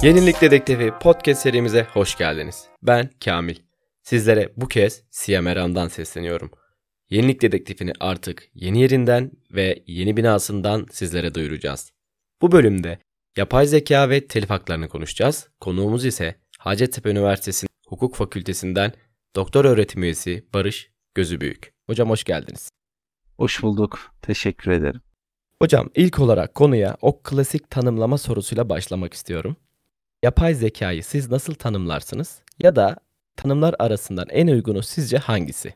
Yenilik Dedektifi podcast serimize hoş geldiniz. Ben Kamil. Sizlere bu kez Siyameran'dan sesleniyorum. Yenilik Dedektifini artık yeni yerinden ve yeni binasından sizlere duyuracağız. Bu bölümde yapay zeka ve telif haklarını konuşacağız. Konuğumuz ise Hacettepe Üniversitesi Hukuk Fakültesinden doktor öğretim üyesi Barış Gözübüyük. Hocam hoş geldiniz. Hoş bulduk. Teşekkür ederim. Hocam ilk olarak konuya o klasik tanımlama sorusuyla başlamak istiyorum. Yapay zekayı siz nasıl tanımlarsınız? Ya da tanımlar arasından en uygunu sizce hangisi?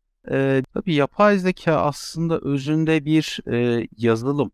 Tabii yapay zeka aslında özünde bir yazılım.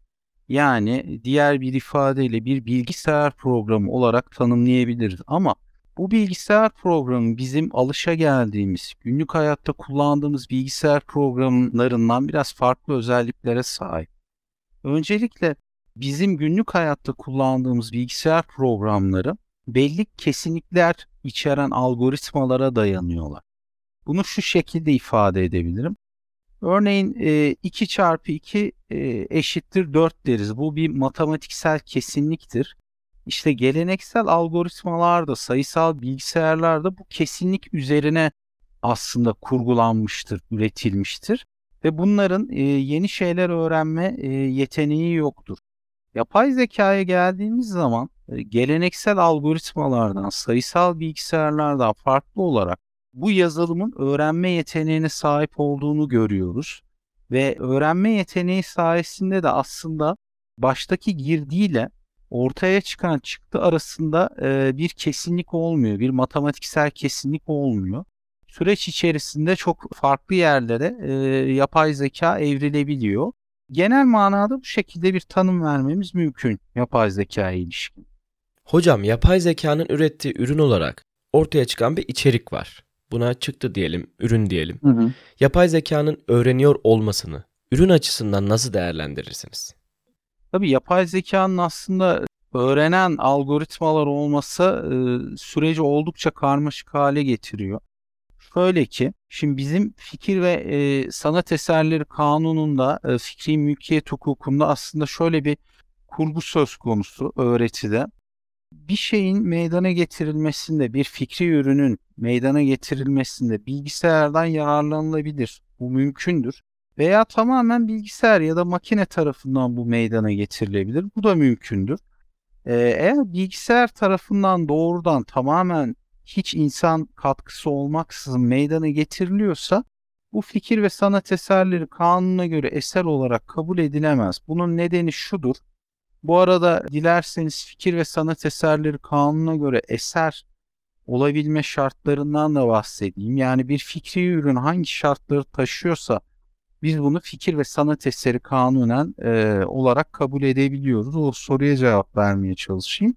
Yani diğer bir ifadeyle bir bilgisayar programı olarak tanımlayabiliriz. Ama bu bilgisayar programı bizim alışageldiğimiz, günlük hayatta kullandığımız bilgisayar programlarından biraz farklı özelliklere sahip. Öncelikle bizim günlük hayatta kullandığımız bilgisayar programları belli kesinlikler içeren algoritmalara dayanıyorlar. Bunu şu şekilde ifade edebilirim. Örneğin 2 çarpı 2 eşittir 4 deriz. Bu bir matematiksel kesinliktir. İşte geleneksel algoritmalarda, sayısal bilgisayarlarda bu kesinlik üzerine aslında kurgulanmıştır, üretilmiştir. Ve bunların yeni şeyler öğrenme yeteneği yoktur. Yapay zekaya geldiğimiz zaman geleneksel algoritmalardan, sayısal bilgisayarlardan farklı olarak bu yazılımın öğrenme yeteneğine sahip olduğunu görüyoruz. Ve öğrenme yeteneği sayesinde de aslında baştaki girdiyle ortaya çıkan çıktı arasında bir kesinlik olmuyor, bir matematiksel kesinlik olmuyor. Süreç içerisinde çok farklı yerlere yapay zeka evrilebiliyor. Genel manada bu şekilde bir tanım vermemiz mümkün yapay zekaya ilişkin. Hocam yapay zekanın ürettiği ürün olarak ortaya çıkan bir içerik var. Buna çıktı diyelim, ürün diyelim. Yapay zekanın öğreniyor olmasını ürün açısından nasıl değerlendirirsiniz? Tabii yapay zekanın aslında öğrenen algoritmalar olması süreci oldukça karmaşık hale getiriyor. Şöyle ki, şimdi bizim fikir ve sanat eserleri kanununda, fikri mülkiyet hukukunda aslında şöyle bir kurgu söz konusu öğretide. Bir şeyin meydana getirilmesinde, bir fikri ürünün meydana getirilmesinde bilgisayardan yararlanılabilir. Bu mümkündür. Veya tamamen bilgisayar ya da makine tarafından bu meydana getirilebilir. Bu da mümkündür. Eğer bilgisayar tarafından doğrudan tamamen hiç insan katkısı olmaksızın meydana getiriliyorsa bu fikir ve sanat eserleri kanuna göre eser olarak kabul edilemez. Bunun nedeni şudur. Bu arada dilerseniz fikir ve sanat eserleri kanuna göre eser olabilme şartlarından da bahsedeyim. Yani bir fikri ürün hangi şartları taşıyorsa biz bunu fikir ve sanat eseri kanunen olarak kabul edebiliyoruz. O soruya cevap vermeye çalışayım.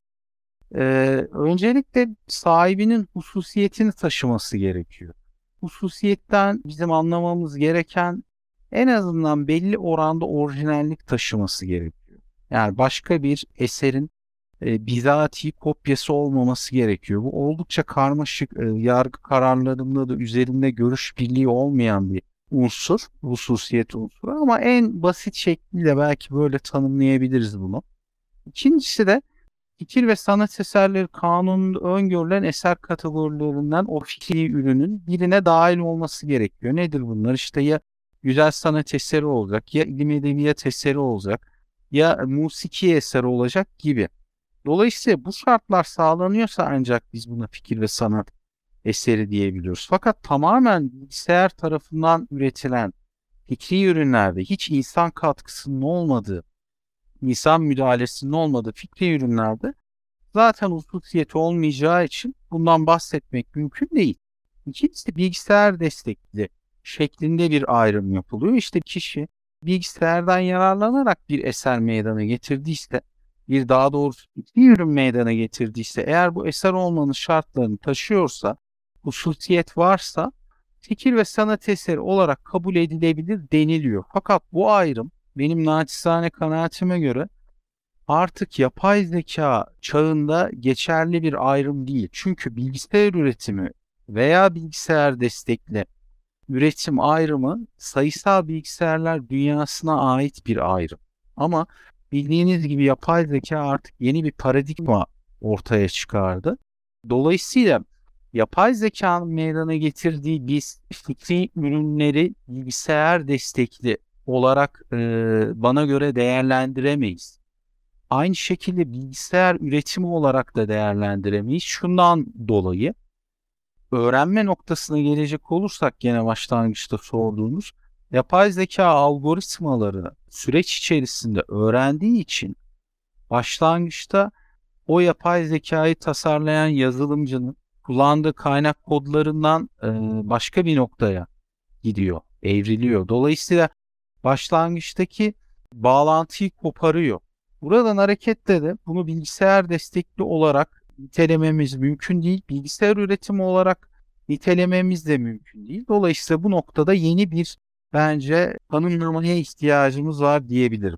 Öncelikle sahibinin hususiyetini taşıması gerekiyor. Hususiyetten bizim anlamamız gereken en azından belli oranda orijinallik taşıması gerekiyor. Yani başka bir eserin bizatihi kopyası olmaması gerekiyor. Bu oldukça karmaşık, yargı kararlarında da üzerinde görüş birliği olmayan bir unsur, hususiyet unsuru ama en basit şekliyle belki böyle tanımlayabiliriz bunu. İkincisi de fikir ve sanat eserleri kanununda öngörülen eser kategorilerinden o fikri ürünün birine dahil olması gerekiyor. Nedir bunlar? İşte ya güzel sanat eseri olacak, ya ilim edebiyat eseri olacak, ya musiki eseri olacak gibi. Dolayısıyla bu şartlar sağlanıyorsa ancak biz buna fikir ve sanat eseri diyebiliyoruz. Fakat tamamen bilgisayar tarafından üretilen fikri ürünlerde hiç insan katkısının olmadığı, insan müdahalesinin olmadığı fikri ürünlerde zaten hususiyeti olmayacağı için bundan bahsetmek mümkün değil. İkincisi bilgisayar destekli şeklinde bir ayrım yapılıyor. İşte kişi bilgisayardan yararlanarak bir eser meydana getirdiyse, bir daha doğrusu bir ürün meydana getirdiyse, eğer bu eser olmanın şartlarını taşıyorsa, hususiyet varsa fikir ve sanat eseri olarak kabul edilebilir deniliyor. Fakat bu ayrım benim naçizane kanaatime göre artık yapay zeka çağında geçerli bir ayrım değil. Çünkü bilgisayar üretimi veya bilgisayar destekli üretim ayrımı sayısal bilgisayarlar dünyasına ait bir ayrım. Ama bildiğiniz gibi yapay zeka artık yeni bir paradigma ortaya çıkardı. Dolayısıyla yapay zekanın meydana getirdiği biz fikri ürünleri bilgisayar destekli olarak bana göre değerlendiremeyiz. Aynı şekilde bilgisayar üretimi olarak da değerlendiremeyiz. Şundan dolayı öğrenme noktasına gelecek olursak gene başlangıçta sorduğunuz yapay zeka algoritmaları süreç içerisinde öğrendiği için başlangıçta o yapay zekayı tasarlayan yazılımcının kullandığı kaynak kodlarından başka bir noktaya gidiyor, evriliyor. Dolayısıyla başlangıçtaki bağlantıyı koparıyor. Buradan hareketle de bunu bilgisayar destekli olarak nitelememiz mümkün değil. Bilgisayar üretimi olarak nitelememiz de mümkün değil. Dolayısıyla bu noktada yeni bir bence tanımlamaya ihtiyacımız var diyebilirim.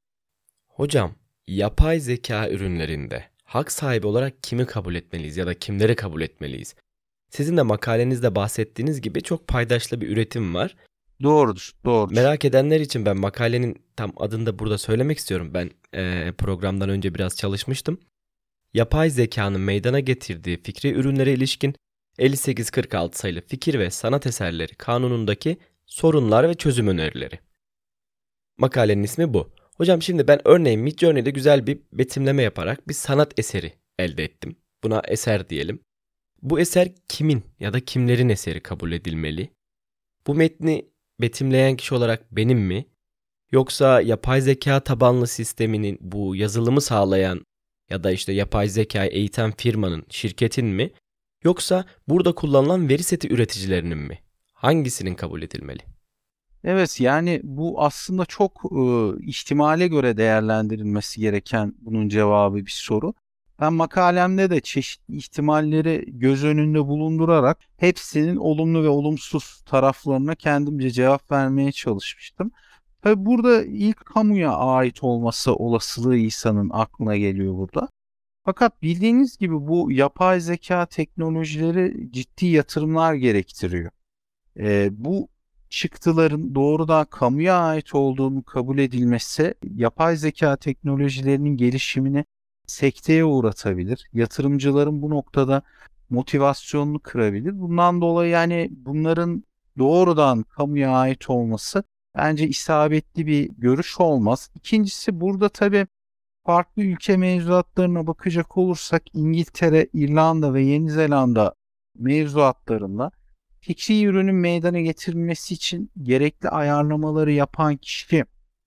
Hocam, yapay zeka ürünlerinde hak sahibi olarak kimi kabul etmeliyiz ya da kimleri kabul etmeliyiz? Sizin de makalenizde bahsettiğiniz gibi çok paydaşlı bir üretim var. Doğrudur, doğrudur. Merak edenler için ben makalenin tam adını da burada söylemek istiyorum. Ben programdan önce biraz çalışmıştım. Yapay zekanın meydana getirdiği fikri ürünlere ilişkin 5846 sayılı fikir ve sanat eserleri kanunundaki sorunlar ve çözüm önerileri. Makalenin ismi bu. Hocam şimdi ben örneğin Midjourney'de güzel bir betimleme yaparak bir sanat eseri elde ettim. Buna eser diyelim. Bu eser kimin ya da kimlerin eseri kabul edilmeli? Bu metni betimleyen kişi olarak benim mi? Yoksa yapay zeka tabanlı sisteminin bu yazılımı sağlayan ya da işte yapay zekayı eğiten firmanın, şirketin mi? Yoksa burada kullanılan veri seti üreticilerinin mi? Hangisinin kabul edilmeli? Evet, yani bu aslında çok ihtimale göre değerlendirilmesi gereken bunun cevabı bir soru. Ben makalemde de çeşitli ihtimalleri göz önünde bulundurarak hepsinin olumlu ve olumsuz taraflarına kendimce cevap vermeye çalışmıştım. Tabii burada ilk kamuya ait olması olasılığı insanın aklına geliyor burada. Fakat bildiğiniz gibi bu yapay zeka teknolojileri ciddi yatırımlar gerektiriyor. Bu çıktıların doğrudan kamuya ait olduğunu kabul edilmesi yapay zeka teknolojilerinin gelişimini sekteye uğratabilir. Yatırımcıların bu noktada motivasyonunu kırabilir. Bundan dolayı yani bunların doğrudan kamuya ait olması bence isabetli bir görüş olmaz. İkincisi burada tabii farklı ülke mevzuatlarına bakacak olursak İngiltere, İrlanda ve Yeni Zelanda mevzuatlarında fikri ürünün meydana getirilmesi için gerekli ayarlamaları yapan kişi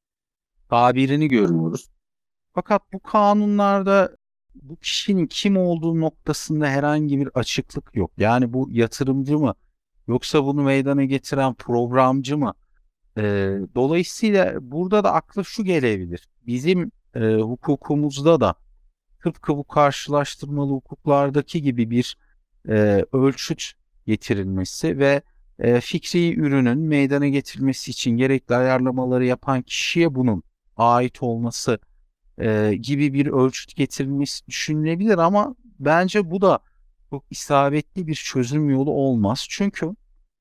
tabirini görüyoruz. Fakat bu kanunlarda bu kişinin kim olduğu noktasında herhangi bir açıklık yok. Yani bu yatırımcı mı yoksa bunu meydana getiren programcı mı? Dolayısıyla burada da akla şu gelebilir. Bizim hukukumuzda da tıpkı bu karşılaştırmalı hukuklardaki gibi bir ölçüt getirilmesi ve fikri ürünün meydana getirilmesi için gerekli ayarlamaları yapan kişiye bunun ait olması gibi bir ölçüt getirilmesi düşünülebilir ama bence bu da çok isabetli bir çözüm yolu olmaz. Çünkü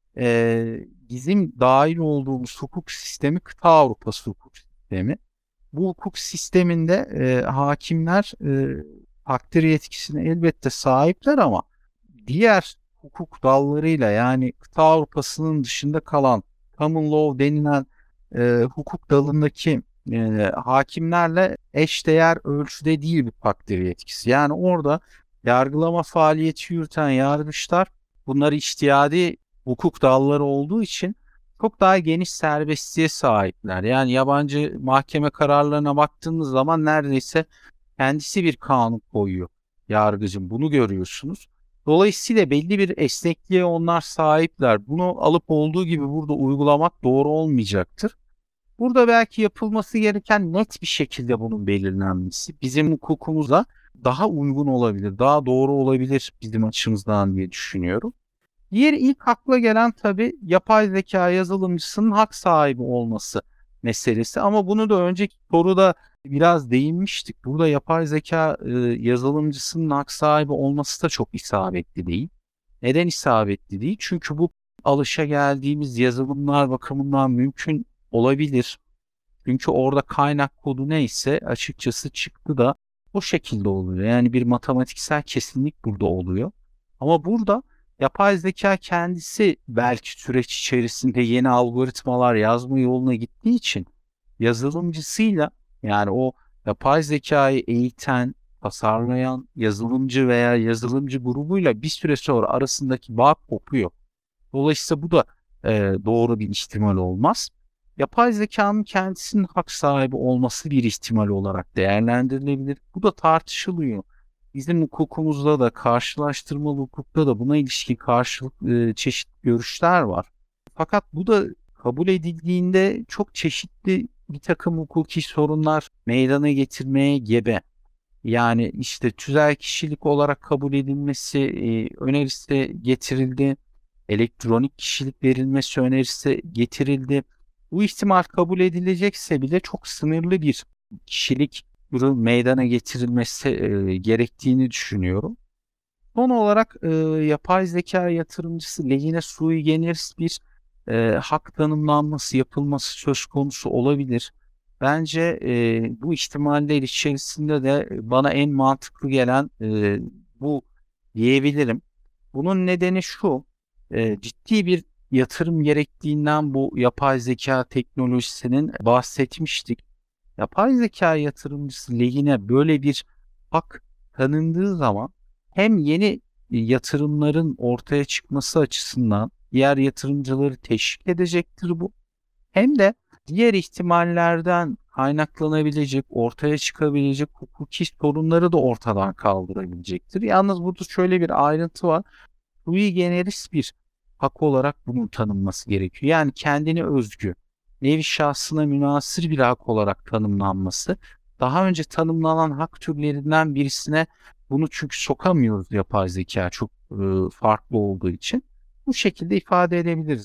bizim dahil olduğumuz hukuk sistemi kıta Avrupası hukuk sistemi. Bu hukuk sisteminde hakimler takdir yetkisine elbette sahipler ama diğer hukuk dallarıyla yani kıta Avrupası'nın dışında kalan common law denilen hukuk dalındaki hakimlerle eşdeğer ölçüde değil bir takdir yetkisi. Yani orada yargılama faaliyeti yürüten yargıçlar bunları içtihadi hukuk dalları olduğu için çok daha geniş serbestliğe sahipler. Yani yabancı mahkeme kararlarına baktığınız zaman neredeyse kendisi bir kanun koyuyor yargıcın. Bunu görüyorsunuz. Dolayısıyla belli bir esnekliğe onlar sahipler. Bunu alıp olduğu gibi burada uygulamak doğru olmayacaktır. Burada belki yapılması gereken net bir şekilde bunun belirlenmesi bizim hukukumuza daha uygun olabilir, daha doğru olabilir bizim açımızdan diye düşünüyorum. Diğer ilk akla gelen tabii yapay zeka yazılımcısının hak sahibi olması meselesi. Ama bunu da önceki soruda biraz değinmiştik. Burada yapay zeka yazılımcısının hak sahibi olması da çok isabetli değil. Neden isabetli değil? Çünkü bu alışageldiğimiz yazılımlar bakımından mümkün olabilir. Çünkü orada kaynak kodu neyse açıkçası çıktı da O şekilde oluyor. Yani bir matematiksel kesinlik burada oluyor. Ama burada yapay zeka kendisi belki süreç içerisinde yeni algoritmalar yazma yoluna gittiği için yazılımcısıyla, yani o yapay zekayı eğiten, tasarlayan yazılımcı veya yazılımcı grubuyla bir süre sonra arasındaki bağ kopuyor. Dolayısıyla bu da doğru bir ihtimal olmaz. Yapay zekanın kendisinin hak sahibi olması bir ihtimal olarak değerlendirilebilir. Bu da tartışılıyor. Bizim hukukumuzda da, karşılaştırmalı hukukta da buna ilişkin çeşitli görüşler var. Fakat bu da kabul edildiğinde çok çeşitli bir takım hukuki sorunlar meydana getirmeye gebe. Yani işte tüzel kişilik olarak kabul edilmesi önerisi getirildi. Elektronik kişilik verilmesi önerisi getirildi. Bu ihtimal kabul edilecekse bile çok sınırlı bir kişilik türü meydana getirilmesi gerektiğini düşünüyorum. Son olarak yapay zeka yatırımcısı lehine sui generis bir hak tanımlanması yapılması söz konusu olabilir. Bence bu ihtimaller içerisinde de bana en mantıklı gelen bu diyebilirim. Bunun nedeni şu, ciddi bir yatırım gerektiğinden bu yapay zeka teknolojisinin bahsetmiştik. Yapay zeka yatırımcısı lehine böyle bir hak tanındığı zaman hem yeni yatırımların ortaya çıkması açısından diğer yatırımcıları teşvik edecektir bu. Hem de diğer ihtimallerden kaynaklanabilecek, ortaya çıkabilecek hukuki sorunları da ortadan kaldırabilecektir. Yalnız burada şöyle bir ayrıntı var. Sui generis bir hak olarak bunun tanınması gerekiyor. Yani kendine özgü, nevi şahsına münhasır bir hak olarak tanımlanması. Daha önce tanımlanan hak türlerinden birisine bunu çünkü sokamıyoruz, yapay zeka çok farklı olduğu için. Bu şekilde ifade edebiliriz.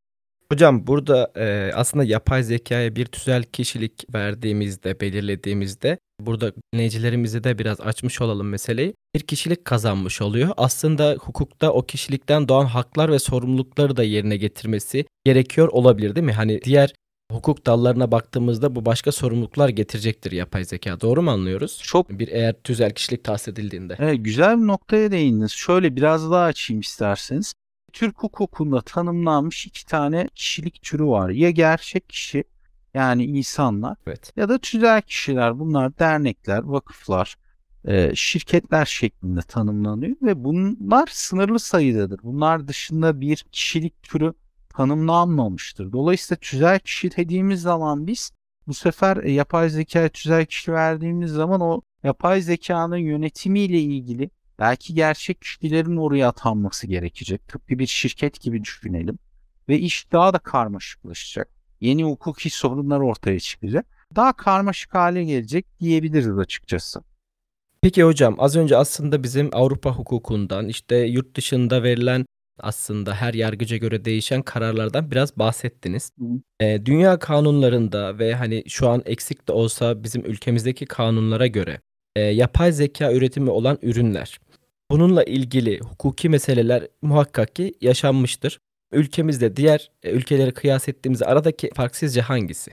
Hocam burada aslında yapay zekaya bir tüzel kişilik verdiğimizde, belirlediğimizde burada dinleyicilerimize de biraz açmış olalım meseleyi. Bir kişilik kazanmış oluyor. Aslında hukukta o kişilikten doğan haklar ve sorumlulukları da yerine getirmesi gerekiyor olabilir, değil mi? Hani diğer hukuk dallarına baktığımızda bu başka sorumluluklar getirecektir yapay zeka. Doğru mu anlıyoruz? Çok Eğer tüzel kişilik tahsis edildiğinde. güzel bir noktaya değindiniz. Şöyle biraz daha açayım isterseniz. Türk hukukunda tanımlanmış iki tane kişilik türü var. Ya gerçek kişi, yani insanlar, Evet. ya da tüzel kişiler. Bunlar dernekler, vakıflar, şirketler şeklinde tanımlanıyor ve bunlar sınırlı sayıdadır. Bunlar dışında bir kişilik türü tanımlanmamıştır. Dolayısıyla tüzel kişi dediğimiz zaman biz bu sefer yapay zekaya tüzel kişi verdiğimiz zaman o yapay zekanın yönetimiyle ilgili belki gerçek kişilerin oraya atanması gerekecek. Tıpkı bir şirket gibi düşünelim. Ve iş daha da karmaşıklaşacak. Yeni hukuki sorunlar ortaya çıkacak. Daha karmaşık hale gelecek diyebiliriz açıkçası. Peki hocam, az önce aslında bizim Avrupa hukukundan, işte yurt dışında verilen, aslında her yargıca göre değişen kararlardan biraz bahsettiniz. Dünya kanunlarında ve hani şu an eksik de olsa bizim ülkemizdeki kanunlara göre yapay zeka üretimi olan ürünler. Bununla ilgili hukuki meseleler muhakkak ki yaşanmıştır. Ülkemizde diğer ülkeleri kıyas ettiğimizde aradaki fark sizce hangisi?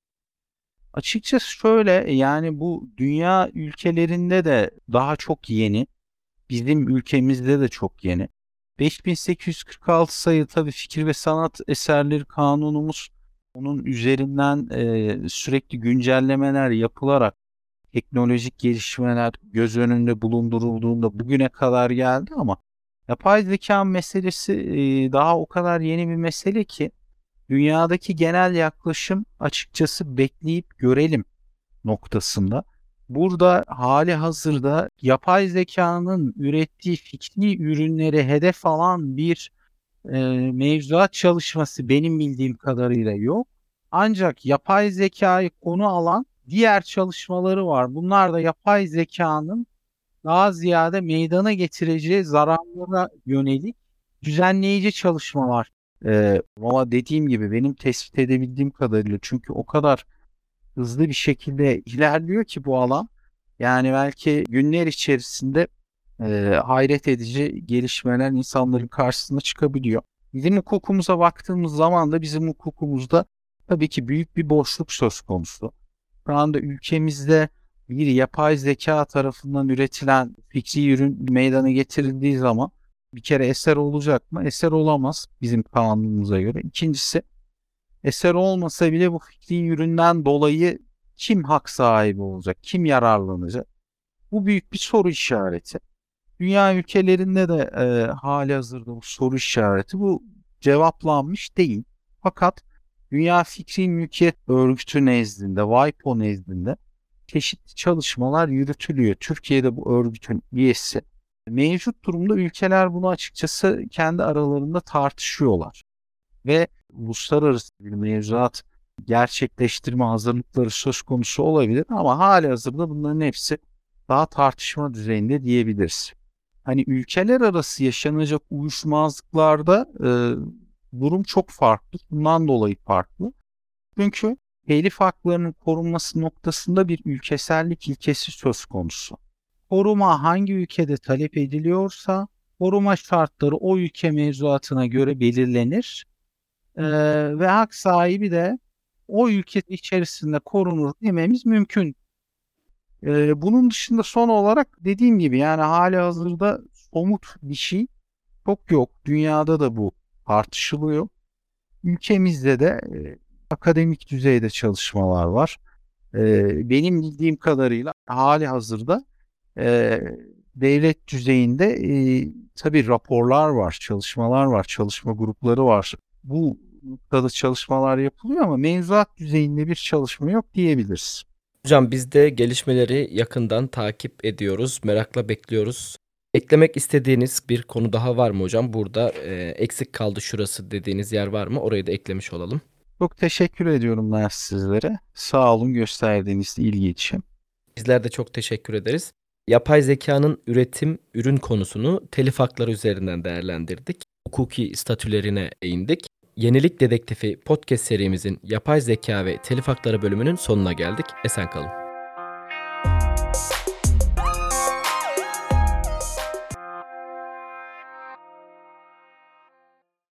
Açıkçası şöyle, yani bu dünya ülkelerinde de daha çok yeni. Bizim ülkemizde de çok yeni. 5846 sayılı tabii fikir ve sanat eserleri kanunumuz, onun üzerinden sürekli güncellemeler yapılarak teknolojik gelişmeler göz önünde bulundurulduğunda bugüne kadar geldi ama yapay zeka meselesi daha o kadar yeni bir mesele ki dünyadaki genel yaklaşım açıkçası bekleyip görelim noktasında. Burada hali hazırda yapay zekanın ürettiği fikri ürünleri hedef alan bir mevzuat çalışması benim bildiğim kadarıyla yok. Ancak yapay zekayı konu alan diğer çalışmaları var. Bunlar da yapay zekanın daha ziyade meydana getireceği zararlara yönelik düzenleyici çalışmalar. Ama dediğim gibi benim tespit edebildiğim kadarıyla, çünkü o kadar hızlı bir şekilde ilerliyor ki bu alan. Yani belki günler içerisinde hayret edici gelişmeler insanların karşısına çıkabiliyor. Bizim hukukumuza baktığımız zaman da bizim hukukumuzda tabii ki büyük bir boşluk söz konusu. Şu anda ülkemizde bir yapay zeka tarafından üretilen fikri ürün meydana getirildiği zaman bir kere eser olacak mı? Eser olamaz bizim kanunumuza göre. İkincisi, eser olmasa bile bu fikri üründen dolayı kim hak sahibi olacak? Kim yararlanacak? Bu büyük bir soru işareti. Dünya ülkelerinde de halihazırda bu soru işareti. Bu cevaplanmış değil. Fakat Dünya Fikri Mülkiyet Örgütü nezdinde, WIPO nezdinde çeşitli çalışmalar yürütülüyor. Türkiye'de bu örgütün üyesi. Mevcut durumda ülkeler bunu açıkçası kendi aralarında tartışıyorlar. Ve uluslararası bir mevzuat gerçekleştirme hazırlıkları söz konusu olabilir ama halihazırda bunların hepsi daha tartışma düzeyinde diyebiliriz. Hani ülkeler arası yaşanacak uyuşmazlıklarda durum çok farklı. Bundan dolayı farklı. Çünkü telif haklarının korunması noktasında bir ülkesellik ilkesi söz konusu. Koruma hangi ülkede talep ediliyorsa koruma şartları o ülke mevzuatına göre belirlenir ve hak sahibi de o ülke içerisinde korunur dememiz mümkün. Bunun dışında son olarak dediğim gibi yani halihazırda somut bir şey çok yok. Dünyada da bu tartışılıyor. Ülkemizde de akademik düzeyde çalışmalar var. Benim bildiğim kadarıyla halihazırda e, devlet düzeyinde tabii raporlar var, çalışmalar var, çalışma grupları var. Bu noktada çalışmalar yapılıyor ama mevzuat düzeyinde bir çalışma yok diyebiliriz. Hocam biz de gelişmeleri yakından takip ediyoruz, merakla bekliyoruz. Eklemek istediğiniz bir konu daha var mı hocam? Burada eksik kaldı şurası dediğiniz yer var mı? Orayı da eklemiş olalım. Çok teşekkür ediyorum ben sizlere. Sağ olun gösterdiğiniz ilgi için. Bizler de çok teşekkür ederiz. Yapay zekanın üretim, ürün konusunu telif hakları üzerinden değerlendirdik. Hukuki statülerine değindik. Yenilik Dedektifi podcast serimizin yapay zeka ve telif hakları bölümünün sonuna geldik. Esen kalın.